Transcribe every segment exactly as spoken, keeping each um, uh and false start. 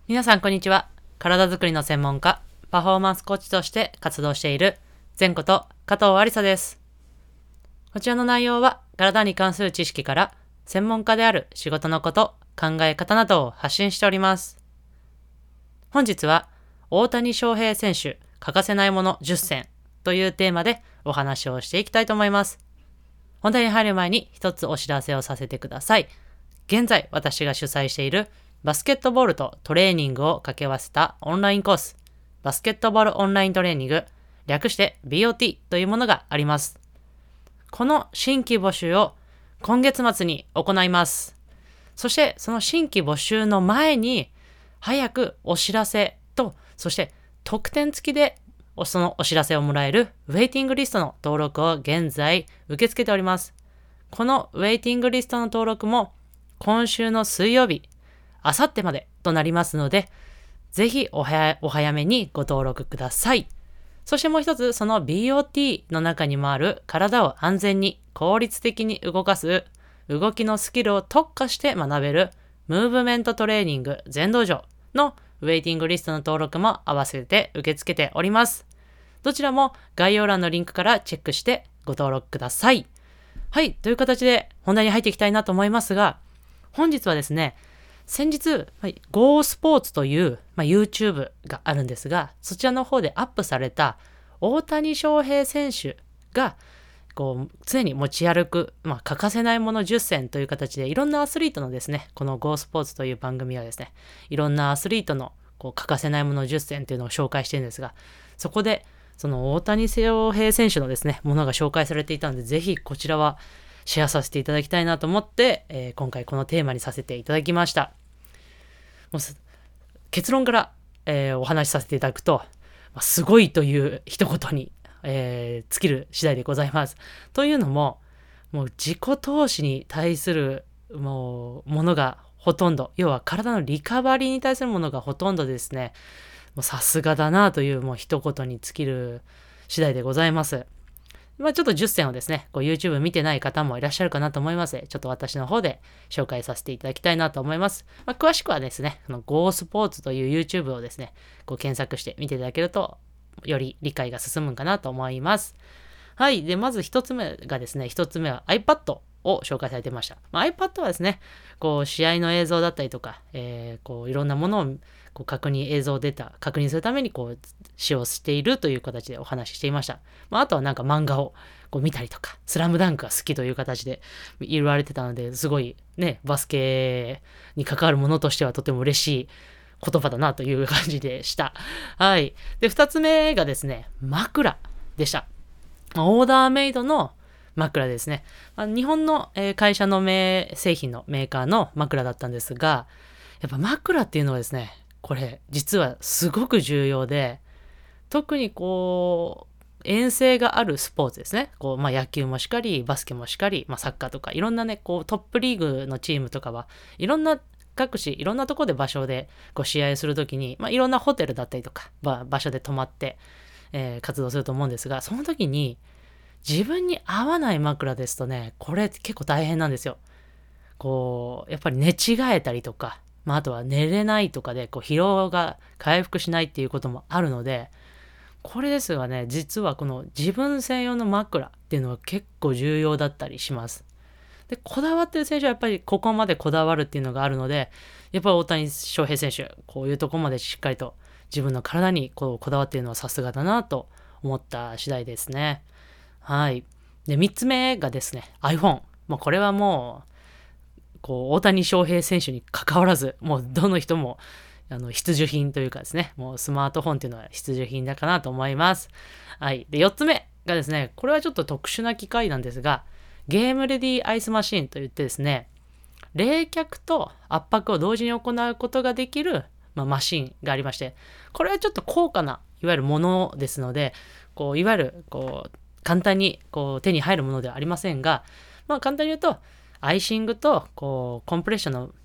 皆さんこんにちは。体づくりの専門家、パフォーマンスコーチとして活動している前こと加藤ありさです。こちらの内容は体に関する知識から専門家である仕事のこと、考え方などを発信しております。本日は大谷翔平選手欠かせないものじゅっせんというテーマでお話をしていきたいと思います。本題に入る前に一つお知らせをさせてください。現在私が主催しているバスケットボールとトレーニングを掛け合わせたオンラインコース、バスケットボールオンライントレーニング、略して ビーオーティー というものがあります。この新規募集を今月末に行います。そしてその新規募集の前に早くお知らせと、そして特典付きでそのお知らせをもらえるウェイティングリストの登録を現在受け付けております。このウェイティングリストの登録も今週の水曜日、あさってまでとなりますので、ぜひお早お早めにご登録ください。そしてもう一つ、その ビーオーティー の中にもある体を安全に効率的に動かす動きのスキルを特化して学べるムーブメントトレーニング全道場のウェイティングリストの登録も合わせて受け付けております。どちらも概要欄のリンクからチェックしてご登録ください。はい、という形で本題に入っていきたいなと思いますが、本日はですね、先日、Go スポーツという、まあ、YouTube があるんですが、そちらの方でアップされた大谷翔平選手がこう常に持ち歩く、まあ、欠かせないものじゅっせんという形で、いろんなアスリートのですね、この Go スポーツという番組はですね、いろんなアスリートのこう欠かせないものじゅっせんというのを紹介しているんですが、そこでその大谷翔平選手のですね、ものが紹介されていたので、ぜひこちらはシェアさせていただきたいなと思って、えー、今回このテーマにさせていただきました。もう結論から、えー、お話しさせていただくと、まあ、すごいという一言に、えー、尽きる次第でございます。というのも、もう自己投資に対するもうものがほとんど、要は体のリカバリーに対するものがほとんどですね、もうさすがだなというもう一言に尽きる次第でございます。まあちょっとじゅっせんをですね、こう YouTube 見てない方もいらっしゃるかなと思いますので、ちょっと私の方で紹介させていただきたいなと思います。まあ、詳しくはですね、この Go スポーツという YouTube をですね、こう検索して見ていただけると、より理解が進むかなと思います。はい。で、まず一つ目がですね、一つ目は iPad を紹介されてました。まあ、iPad はですね、こう試合の映像だったりとか、えー、こういろんなものをこう確認、映像データ、確認するためにこう使用しているという形でお話ししていました。まあ、あとはなんか漫画をこう見たりとか、スラムダンクが好きという形で言われてたので、すごいね、バスケに関わるものとしてはとても嬉しい言葉だなという感じでした。はい。で、二つ目がですね、枕でした。オーダーメイドの枕ですね。日本の会社の製品のメーカーの枕だったんですが、やっぱ枕っていうのはですね、これ実はすごく重要で、特にこう、遠征があるスポーツですね。こう、まあ野球もしかり、バスケもしかり、まあサッカーとか、いろんなね、こうトップリーグのチームとかは、いろんな各地、いろんなところで場所でこう試合するときに、まあいろんなホテルだったりとか、場所で泊まって、えー、活動すると思うんですが、その時に自分に合わない枕ですとね、これ結構大変なんですよ。こう、やっぱり寝違えたりとか、まあ、あとは寝れないとかで、こう、疲労が回復しないっていうこともあるので、これですがね、実はこの自分専用の枕っていうのは結構重要だったりします。で、こだわってる選手はやっぱりここまでこだわるっていうのがあるので、やっぱり大谷翔平選手、こういうとこまでしっかりと自分の体にこうこだわっているのはさすがだなと思った次第ですね。はい。で、三つ目がですね、iPhone。もうこれはもう、こう、大谷翔平選手に関わらず、もうどの人も、あの、必需品というかですね、もうスマートフォンっていうのは必需品だかなと思います。はい。で、四つ目がですね、これはちょっと特殊な機械なんですが、ゲームレディアイスマシンといってですね、冷却と圧迫を同時に行うことができる、まあ、マシンがありまして、これはちょっと高価な、いわゆるものですので、こう、いわゆる、こう、簡単にこう手に入るものではありませんが、まあ簡単に言うと、アイシングとこうコンプレッションの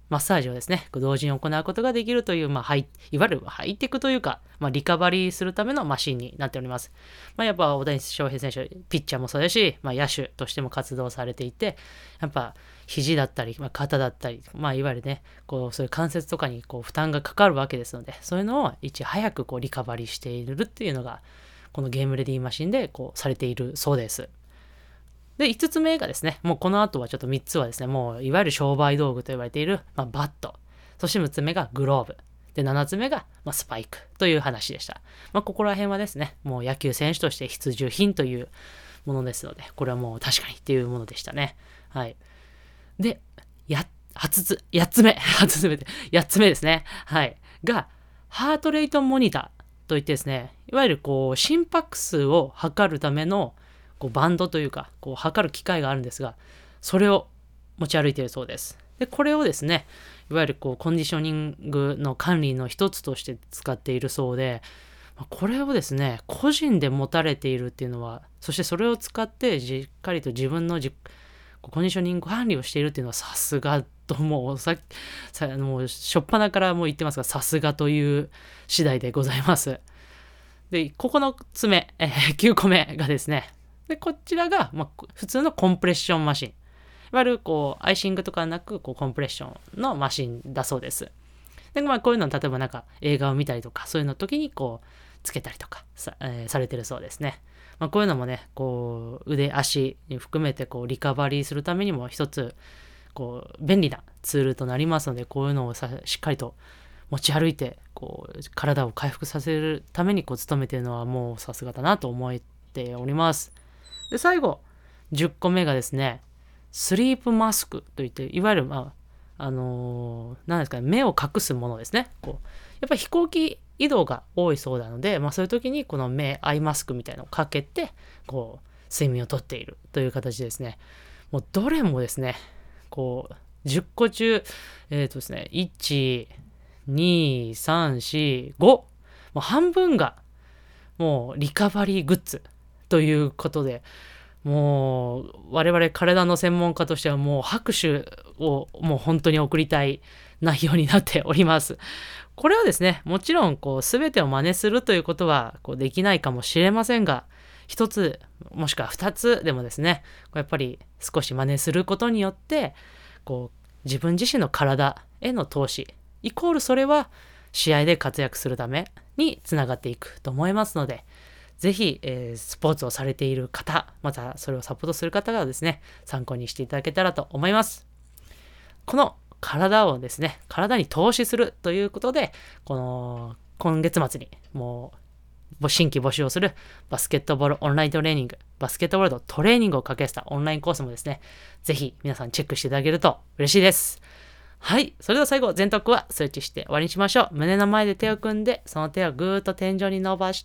マッサージをですね、同時に行うことができるという、まあ、ハイいわゆるハイテクというか、まあ、リカバリーするためのマシンになっております。まあ、やっぱ大谷翔平選手、ピッチャーもそうですし、まあ、野手としても活動されていて、やっぱ肘だったり、まあ、肩だったり、まあ、いわゆるね、こうそういう関節とかにこう負担がかかるわけですので、そういうのをいち早くこうリカバリーしているっていうのが、このゲームレディーマシンでこうされているそうです。で、いつつめがですね、もうこの後はちょっとみっつはですね、もういわゆる商売道具と言われている、まあ、バット。そしてむっつめがグローブ。で、ななつめが、まあ、スパイクという話でした。まあ、ここら辺はですね、もう野球選手として必需品というものですので、これはもう確かにっていうものでしたね。はい。で、や、初つ、やっつめ、初つめで、やっつめですね。はい。が、ハートレートモニターといってですね、いわゆるこう、心拍数を測るための、こうバンドというか、こう測る機械があるんですが、それを持ち歩いているそうです。で、これをですね、いわゆるこうコンディショニングの管理の一つとして使っているそうで、これをですね、個人で持たれているっていうのは、そしてそれを使ってしっかりと自分のじコンディショニング管理をしているっていうのはさすがと、もうさっさもう初っ端からもう言ってますが、さすがという次第でございます。で、ここのつめ、えー、きゅうこめがですね、で、こちらが、まあ、普通のコンプレッションマシン。いわゆる、こう、アイシングとかなく、こう、コンプレッションのマシンだそうです。で、まあ、こういうの、例えばなんか、映画を見たりとか、そういうの時に、こう、つけたりとかさ、えー、されてるそうですね。まあ、こういうのもね、こう、腕、足に含めて、こう、リカバリーするためにも、一つ、こう、便利なツールとなりますので、こういうのをさしっかりと持ち歩いて、こう、体を回復させるために、こう、努めているのは、もうさすがだなと思っております。で、最後、じゅっこめがですね、スリープマスクといって、いわゆる、まあ、あのー、何ですかね、目を隠すものですね。こう、やっぱり飛行機移動が多いそうなので、まあそういう時にこの目、アイマスクみたいなのをかけて、こう、睡眠をとっているという形でですね、もうどれもですね、こう、じゅっこ中、えっとですね、いち、に、さん、よん、ご、もう半分が、もうリカバリーグッズということで、もう我々体の専門家としてはもう拍手をもう本当に送りたい内容になっております。これはですね、もちろんこう全てを真似するということはこうできないかもしれませんが、一つもしくは二つでもですね、やっぱり少し真似することによって、こう自分自身の体への投資、イコールそれは試合で活躍するためにつながっていくと思いますので、ぜひ、えー、スポーツをされている方、またそれをサポートする方がですね、参考にしていただけたらと思います。この体をですね、体に投資するということで、この今月末にもう新規募集をするバスケットボールオンライントレーニング、バスケットボールのトレーニングを掛けしたオンラインコースもですね、ぜひ皆さんチェックしていただけると嬉しいです。はい。それでは最後、前頭はストレッチして終わりにしましょう。胸の前で手を組んで、その手をぐーっと天井に伸ばして、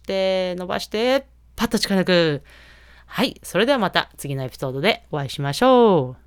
伸ばして、パッと力抜く。はい。それではまた次のエピソードでお会いしましょう。